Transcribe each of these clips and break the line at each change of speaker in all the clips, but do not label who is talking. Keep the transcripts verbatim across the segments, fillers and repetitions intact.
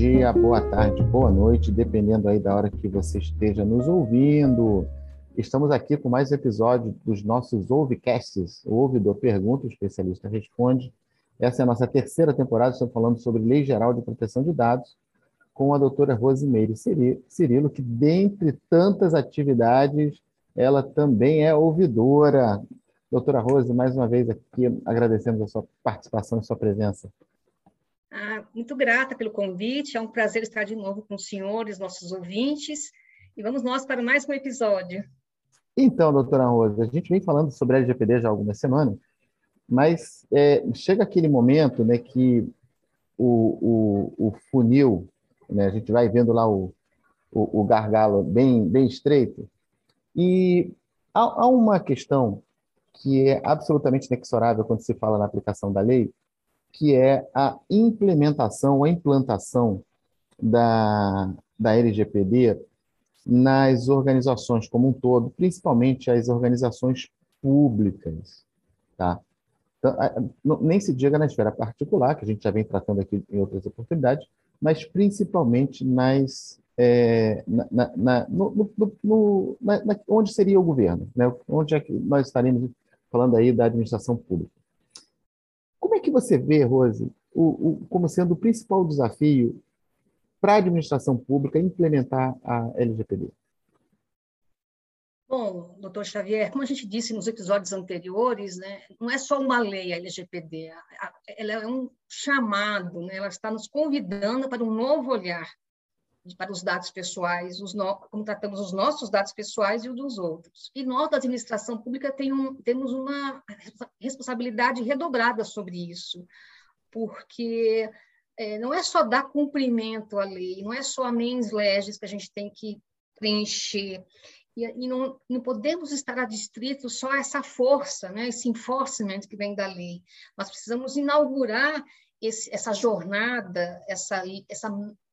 dia, boa tarde, boa noite, dependendo aí da hora que você esteja nos ouvindo. Estamos aqui com mais um episódio dos nossos Ouvecasts, o Ouvidor Pergunta, o Especialista Responde. Essa é a nossa terceira temporada, estamos falando sobre Lei Geral de Proteção de Dados, com a doutora Rosimeire Cirilo, que dentre tantas atividades, ela também é ouvidora. Doutora Rose, mais uma vez aqui, agradecemos a sua participação e sua presença.
Ah, muito grata pelo convite, é um prazer estar de novo com os senhores, nossos ouvintes, e vamos nós para mais um episódio.
Então, doutora Rose, a gente vem falando sobre a L G P D já há algumas semanas, mas é, chega aquele momento, né, que o, o, o funil, né, a gente vai vendo lá o, o, o gargalo bem, bem estreito, e há, há uma questão que é absolutamente inexorável quando se fala na aplicação da lei, que é a implementação, a implantação da, da L G P D nas organizações como um todo, principalmente as organizações públicas, tá? Então, nem se diga na esfera particular, que a gente já vem tratando aqui em outras oportunidades, mas principalmente nas, é, na, na, na, no, no, no, na, na, onde seria o governo, né? Onde é que nós estaremos falando aí da administração pública. Como é que você vê, Rose, o, o, como sendo o principal desafio para a administração pública implementar a L G P D?
Bom, doutor Xavier, como a gente disse nos episódios anteriores, né, não é só uma lei a L G P D, ela é um chamado, né, ela está nos convidando para um novo olhar para os dados pessoais, os no, como tratamos os nossos dados pessoais e os dos outros. E nós, da administração pública, tem um, temos uma responsabilidade redobrada sobre isso, porque é, não é só dar cumprimento à lei, não é só a mens legis que a gente tem que preencher, e, e não, não podemos estar adstritos só a essa força, né, esse enforcement que vem da lei. Nós precisamos inaugurar esse, essa jornada, essa, essa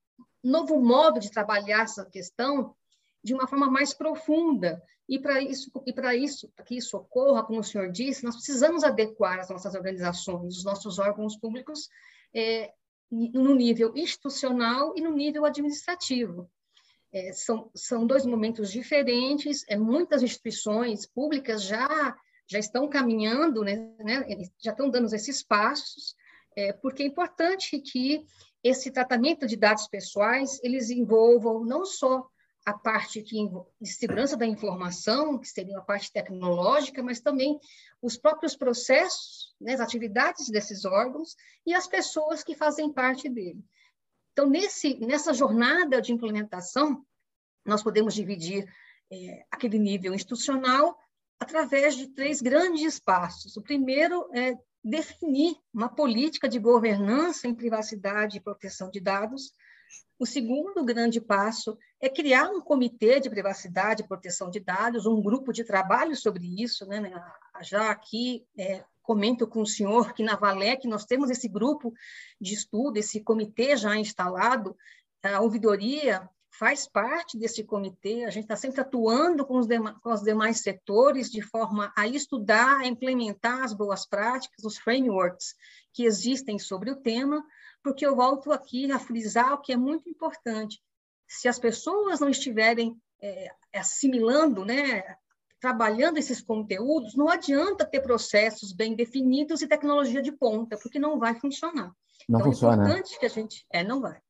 novo modo de trabalhar essa questão de uma forma mais profunda. E para isso, e para isso, para que isso ocorra, como o senhor disse, nós precisamos adequar as nossas organizações, os nossos órgãos públicos, é, no nível institucional e no nível administrativo. É, são, são dois momentos diferentes, é, muitas instituições públicas já, já estão caminhando, né, né, já estão dando esses passos, é, porque é importante que esse tratamento de dados pessoais, eles envolvam não só a parte que, de segurança da informação, que seria a parte tecnológica, mas também os próprios processos, né, as atividades desses órgãos e as pessoas que fazem parte dele. Então, nesse, nessa jornada de implementação, nós podemos dividir é, aquele nível institucional através de três grandes passos. O primeiro é definir uma política de governança em privacidade e proteção de dados. O segundo grande passo é criar um comitê de privacidade e proteção de dados, um grupo de trabalho sobre isso, né? Já aqui é, comento com o senhor que na Valec nós temos esse grupo de estudo, esse comitê já instalado, a ouvidoria faz parte desse comitê, a gente está sempre atuando com os, demais, com os demais setores de forma a estudar, a implementar as boas práticas, os frameworks que existem sobre o tema, porque eu volto aqui a frisar o que é muito importante. Se as pessoas não estiverem é, assimilando, né, trabalhando esses conteúdos, não adianta ter processos bem definidos e tecnologia de ponta, porque não vai funcionar.
Não
então,
funciona.
É importante que a gente... É, não vai.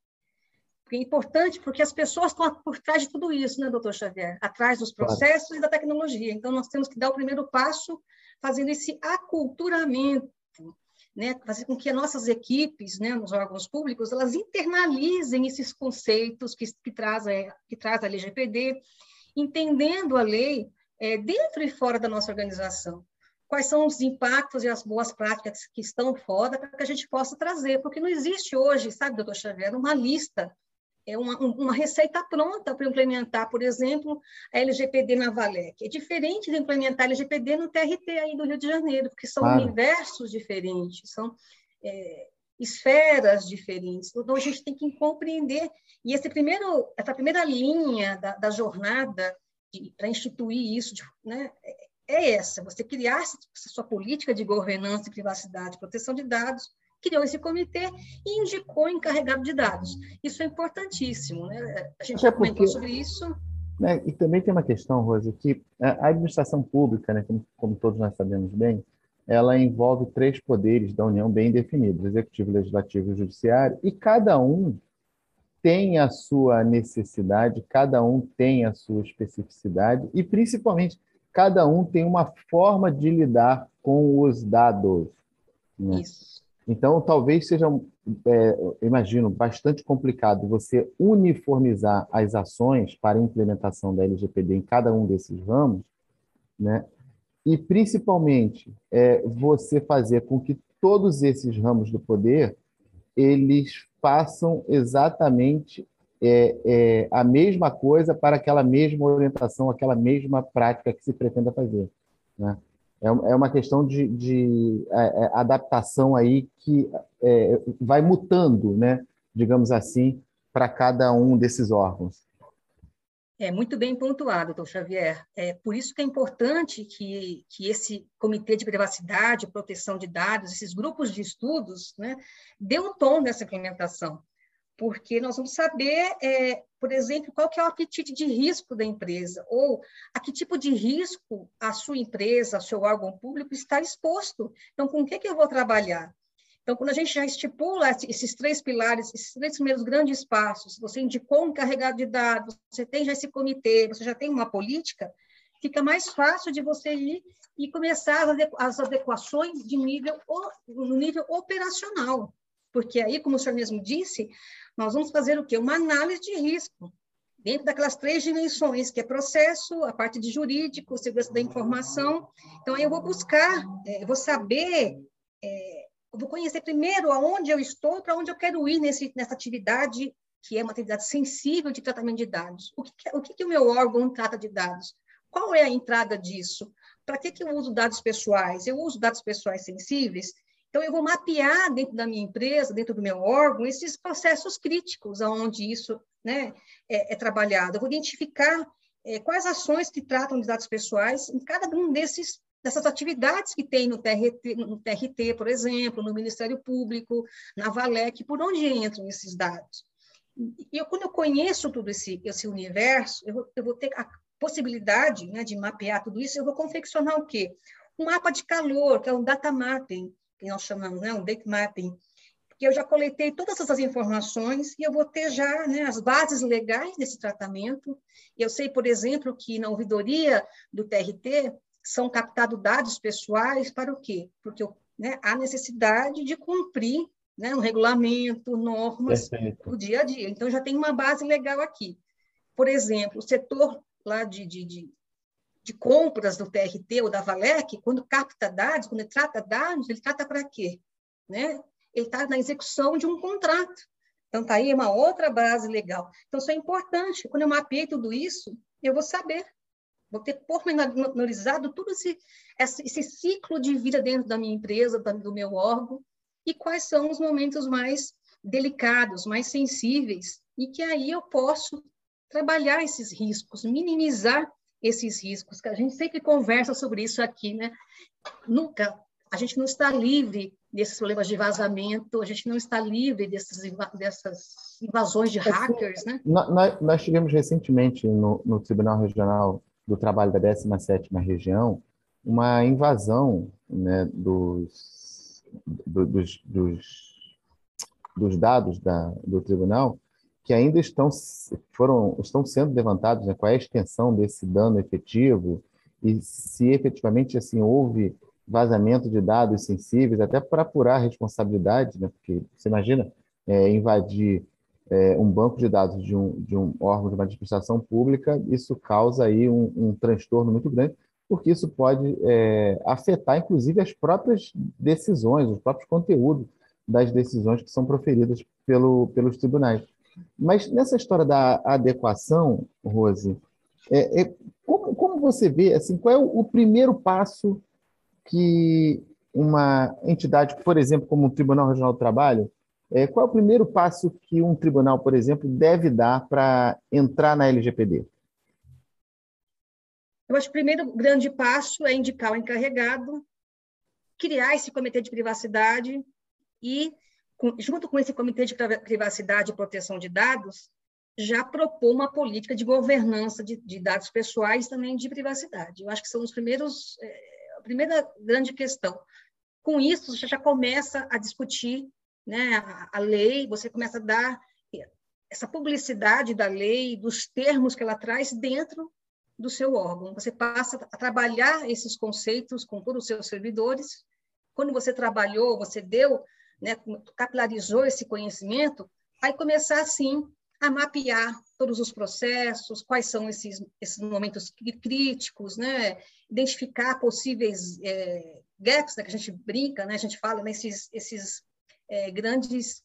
É importante porque as pessoas estão por trás de tudo isso, né, doutor Xavier? Atrás dos processos claro. E da tecnologia. Então, nós temos que dar o primeiro passo fazendo esse aculturamento, né, fazer com que as nossas equipes, né, nos órgãos públicos, elas internalizem esses conceitos que, que, traz, é, que traz a L G P D, entendendo a lei é, dentro e fora da nossa organização. Quais são os impactos e as boas práticas que estão fora para que a gente possa trazer, porque não existe hoje, sabe, doutor Xavier, uma lista, é uma, uma receita pronta para implementar, por exemplo, a L G P D na Valec. É diferente de implementar a L G P D no T R T aí do Rio de Janeiro, porque são claro. Universos diferentes, são é, esferas diferentes. Então, a gente tem que compreender. E esse primeiro, essa primeira linha da, da jornada para instituir isso, de, né, é essa, você criar essa sua política de governança, privacidade, proteção de dados, criou esse comitê e indicou o encarregado de dados. Isso é importantíssimo, né? A gente
Até
já comentou
porque,
sobre isso.
né, e também tem uma questão, Rose, que a administração pública, né, como, como todos nós sabemos bem, ela envolve três poderes da União bem definidos, executivo, legislativo e judiciário, e cada um tem a sua necessidade, cada um tem a sua especificidade e, principalmente, cada um tem uma forma de lidar com os dados, né?
Isso.
Então, talvez seja, é, imagino, bastante complicado você uniformizar as ações para a implementação da L G P D em cada um desses ramos, né? E, principalmente, é, você fazer com que todos esses ramos do poder eles façam exatamente é, é, a mesma coisa para aquela mesma orientação, aquela mesma prática que se pretenda fazer, né? É, é uma questão de, de é, é, adaptação aí que é, vai mutando, né, digamos assim, para cada um desses órgãos.
É muito bem pontuado, doutor Xavier. É por isso que é importante que, que esse comitê de privacidade, proteção de dados, esses grupos de estudos, né, dê um tom dessa implementação, porque nós vamos saber, é, por exemplo, qual que é o apetite de risco da empresa, ou a que tipo de risco a sua empresa, o seu órgão público está exposto. Então, com o que, que eu vou trabalhar? Então, quando a gente já estipula esses três pilares, esses três primeiros grandes passos, você indicou um encarregado de dados, você tem já esse comitê, você já tem uma política, fica mais fácil de você ir e começar as adequações de nível, no nível operacional. Porque aí, como o senhor mesmo disse, nós vamos fazer o quê? Uma análise de risco, dentro daquelas três dimensões, que é processo, a parte de jurídico, segurança da informação. Então, aí eu vou buscar, eu vou saber... É, eu vou conhecer primeiro aonde eu estou, para onde eu quero ir nesse, nessa atividade, que é uma atividade sensível de tratamento de dados. O que, o que, que o meu órgão trata de dados? Qual é a entrada disso? Para que, que eu uso dados pessoais? Eu uso dados pessoais sensíveis? Então, eu vou mapear dentro da minha empresa, dentro do meu órgão, esses processos críticos, aonde isso, né, é, é trabalhado. Eu vou identificar é, quais ações que tratam de dados pessoais em cada um desses dessas atividades que tem no T R T, no T R T, por exemplo, no Ministério Público, na Valec, por onde entram esses dados. E eu, quando eu conheço todo esse, esse universo, eu vou, eu vou ter a possibilidade, né, de mapear tudo isso, eu vou confeccionar o quê? Um mapa de calor, que é um data mapping, que nós chamamos, né, um data mapping, porque eu já coletei todas essas informações e eu vou ter já, né, as bases legais desse tratamento. Eu sei, por exemplo, que na ouvidoria do T R T, são captados dados pessoais para o quê? Porque né, há necessidade de cumprir né, um regulamento, normas do dia a dia. Então, já tem uma base legal aqui. Por exemplo, o setor lá de, de, de, de compras do T R T ou da Valec, quando capta dados, quando ele trata dados, ele trata para quê? Né? Ele está na execução de um contrato. Então, está aí uma outra base legal. Então, isso é importante. Quando eu mapeei tudo isso, eu vou saber. Vou ter pormenorizado todo esse, esse ciclo de vida dentro da minha empresa, do meu órgão, e quais são os momentos mais delicados, mais sensíveis, e que aí eu posso trabalhar esses riscos, minimizar esses riscos, que a gente sempre conversa sobre isso aqui, né? Nunca, a gente não está livre desses problemas de vazamento, a gente não está livre desses, dessas invasões de hackers, né?
Nós, nós tivemos recentemente no, no Tribunal Regional do Trabalho da décima sétima Região uma invasão, né, dos, do, dos, dos, dos dados da, do tribunal que ainda estão, foram, estão sendo levantados, né, qual é a extensão desse dano efetivo e se efetivamente assim, houve vazamento de dados sensíveis, até para apurar a responsabilidade, né, porque você imagina é, invadir é, um banco de dados de um, de um órgão de uma administração pública, isso causa aí um, um transtorno muito grande, porque isso pode é, afetar, inclusive, as próprias decisões, os próprios conteúdos das decisões que são proferidas pelo, pelos tribunais. Mas nessa história da adequação, Rose, é, é, como, como você vê, assim, qual é o, o primeiro passo que uma entidade, por exemplo, como o Tribunal Regional do Trabalho, é, qual é o primeiro passo que um tribunal, por exemplo, deve dar para entrar na L G P D?
Eu acho que o primeiro grande passo é indicar o encarregado, criar esse comitê de privacidade, e, com, junto com esse Comitê de Privacidade e Proteção de Dados, já propôs uma política de governança de, de dados pessoais e também de privacidade. Eu acho que são os primeiros, é, a primeira grande questão. Com isso, você já começa a discutir, né, a, a lei, você começa a dar essa publicidade da lei, dos termos que ela traz dentro do seu órgão. Você passa a trabalhar esses conceitos com todos os seus servidores. Quando você trabalhou, você deu, né, capilarizou esse conhecimento, aí começar, assim, a mapear todos os processos, quais são esses, esses momentos críticos, né? Identificar possíveis é, gaps, né, que a gente brinca, né? A gente fala nesses esses, é, grandes...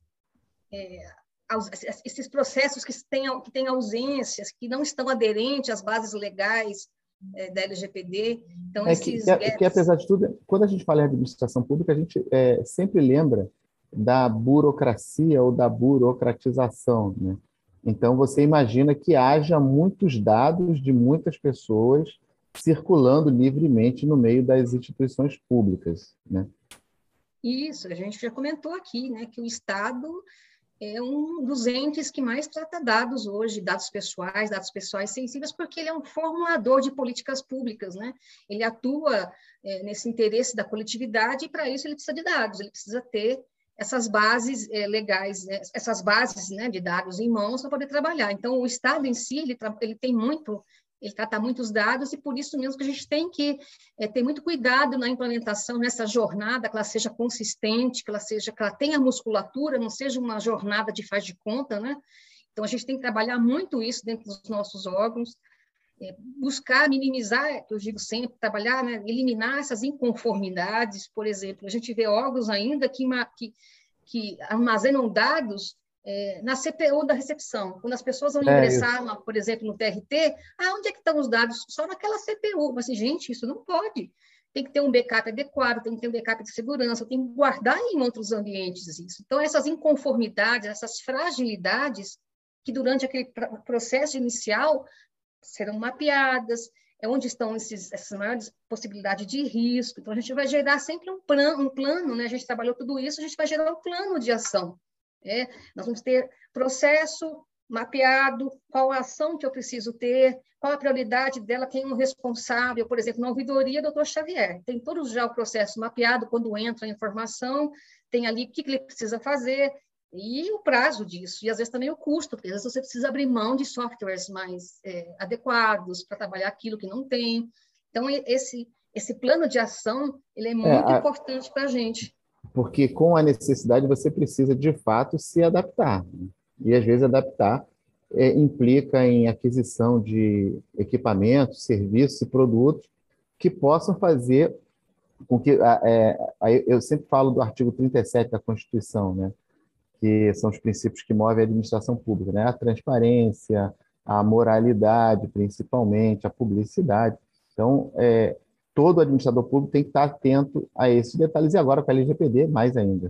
É, esses processos que têm, que têm ausências, que não estão aderentes às bases legais é, da L G P D. Então,
é
esses
que, que,
gaps...
que, apesar de tudo, quando a gente fala em administração pública, a gente é, sempre lembra da burocracia ou da burocratização, né? Então, você imagina que haja muitos dados de muitas pessoas circulando livremente no meio das instituições públicas, né?
Isso, a gente já comentou aqui, né, que o Estado é um dos entes que mais trata dados hoje, dados pessoais, dados pessoais sensíveis, porque ele é um formulador de políticas públicas, né? Ele atua é, nesse interesse da coletividade e, para isso, ele precisa de dados, ele precisa ter essas bases é, legais, né? Essas bases, né, de dados em mãos para poder trabalhar. Então, o Estado em si, ele, ele tem muito... ele trata muitos dados e por isso mesmo que a gente tem que é, ter muito cuidado na implementação, nessa jornada, que ela seja consistente, que ela seja, que ela tenha musculatura, não seja uma jornada de faz de conta, né? Então, a gente tem que trabalhar muito isso dentro dos nossos órgãos, é, buscar minimizar, que eu digo sempre, trabalhar, né, eliminar essas inconformidades. Por exemplo, a gente vê órgãos ainda que, que, que armazenam dados É, na C P U da recepção, quando as pessoas vão
É
ingressar,
isso.
por exemplo, no T R T, ah, onde é que estão os dados? Só naquela C P U. Mas, assim, gente, isso não pode. Tem que ter um backup adequado, tem que ter um backup de segurança, tem que guardar em outros ambientes isso. Então, essas inconformidades, essas fragilidades, que durante aquele processo inicial serão mapeadas, é onde estão esses, essas maiores possibilidades de risco. Então, a gente vai gerar sempre um plano, um plano, né? A gente trabalhou tudo isso, a gente vai gerar um plano de ação. É, nós vamos ter processo mapeado, qual a ação que eu preciso ter, qual a prioridade dela, quem é um responsável, por exemplo, na ouvidoria, doutor Xavier, tem todo já o processo mapeado, quando entra a informação, tem ali o que ele precisa fazer, e o prazo disso, e às vezes também o custo, porque às vezes você precisa abrir mão de softwares mais é, adequados para trabalhar aquilo que não tem. Então, esse, esse plano de ação, ele é
É,
muito
a,
importante para a gente.
porque com a necessidade você precisa, de fato, se adaptar, né? E, às vezes, adaptar é, implica em aquisição de equipamentos, serviços e produtos que possam fazer com que... É, eu sempre falo do artigo trinta e sete da Constituição, né? Que são os princípios que movem a administração pública, né? A transparência, a moralidade, principalmente, a publicidade. Então, é, todo administrador público tem que estar atento a esses detalhes, e agora com a L G P D, mais ainda.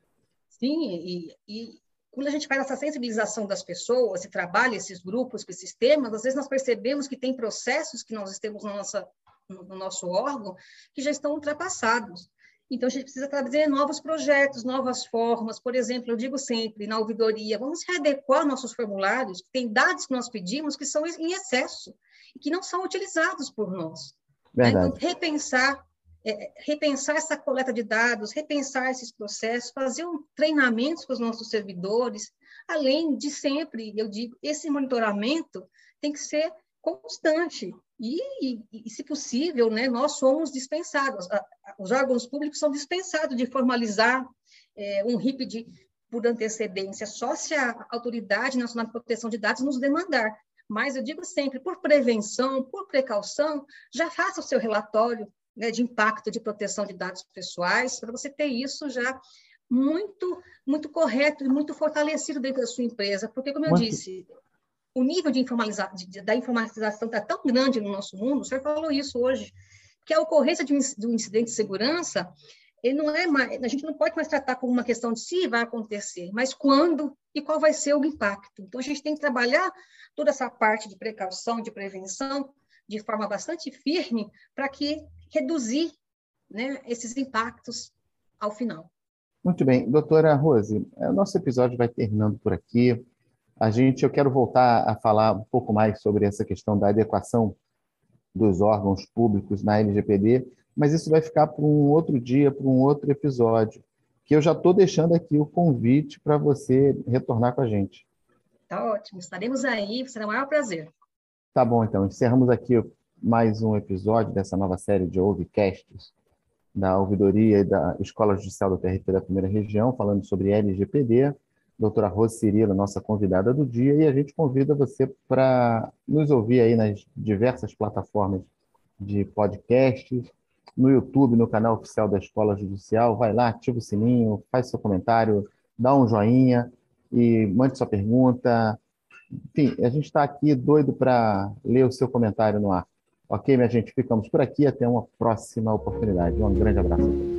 Sim, e, e quando a gente faz essa sensibilização das pessoas e trabalha esses grupos com esses temas, às vezes nós percebemos que tem processos que nós temos na nossa, no nosso órgão que já estão ultrapassados. Então, a gente precisa trazer novos projetos, novas formas. Por exemplo, eu digo sempre, na ouvidoria, vamos readequar nossos formulários, tem dados que nós pedimos que são em excesso e que não são utilizados por nós. Né? Então,
Verdade.
repensar, é, repensar essa coleta de dados, repensar esses processos, fazer um treinamento com os nossos servidores, além de sempre, eu digo, esse monitoramento tem que ser constante. E, e, e, se possível, né, nós somos dispensados, os órgãos públicos são dispensados de formalizar é, um R I P de, por antecedência, só se a Autoridade Nacional de Proteção de Dados nos demandar. Mas eu digo sempre, por prevenção, por precaução, já faça o seu relatório, né, de impacto de proteção de dados pessoais, para você ter isso já muito, muito correto e muito fortalecido dentro da sua empresa, porque, como eu
Muito,
disse, o nível de informaliza de, da informatização está tão grande no nosso mundo, o senhor falou isso hoje, que a ocorrência de um, de um incidente de segurança, ele não é mais, a gente não pode mais tratar como uma questão de se vai acontecer, mas quando e qual vai ser o impacto. Então, a gente tem que trabalhar toda essa parte de precaução, de prevenção, de forma bastante firme, para que reduzir, né, esses impactos ao final.
Muito bem. Doutora Rose, o nosso episódio vai terminando por aqui. A gente, eu quero voltar a falar um pouco mais sobre essa questão da adequação dos órgãos públicos na L G P D, mas isso vai ficar para um outro dia, para um outro episódio, que eu já estou deixando aqui o convite para você retornar com a gente.
Tá ótimo, estaremos aí, será o maior prazer.
Tá bom, então. Encerramos aqui mais um episódio dessa nova série de Ouvicasts da Ouvidoria e da Escola Judicial do T R T da Primeira Região, falando sobre L G P D. Doutora Rose Cirila, nossa convidada do dia, e a gente convida você para nos ouvir aí nas diversas plataformas de podcasts, no YouTube, no canal oficial da Escola Judicial. Vai lá, ativa o sininho, faz seu comentário, dá um joinha e mande sua pergunta. Enfim, a gente está aqui doido para ler o seu comentário no ar. Ok, minha gente? Ficamos por aqui. Até uma próxima oportunidade. Um grande abraço a todos.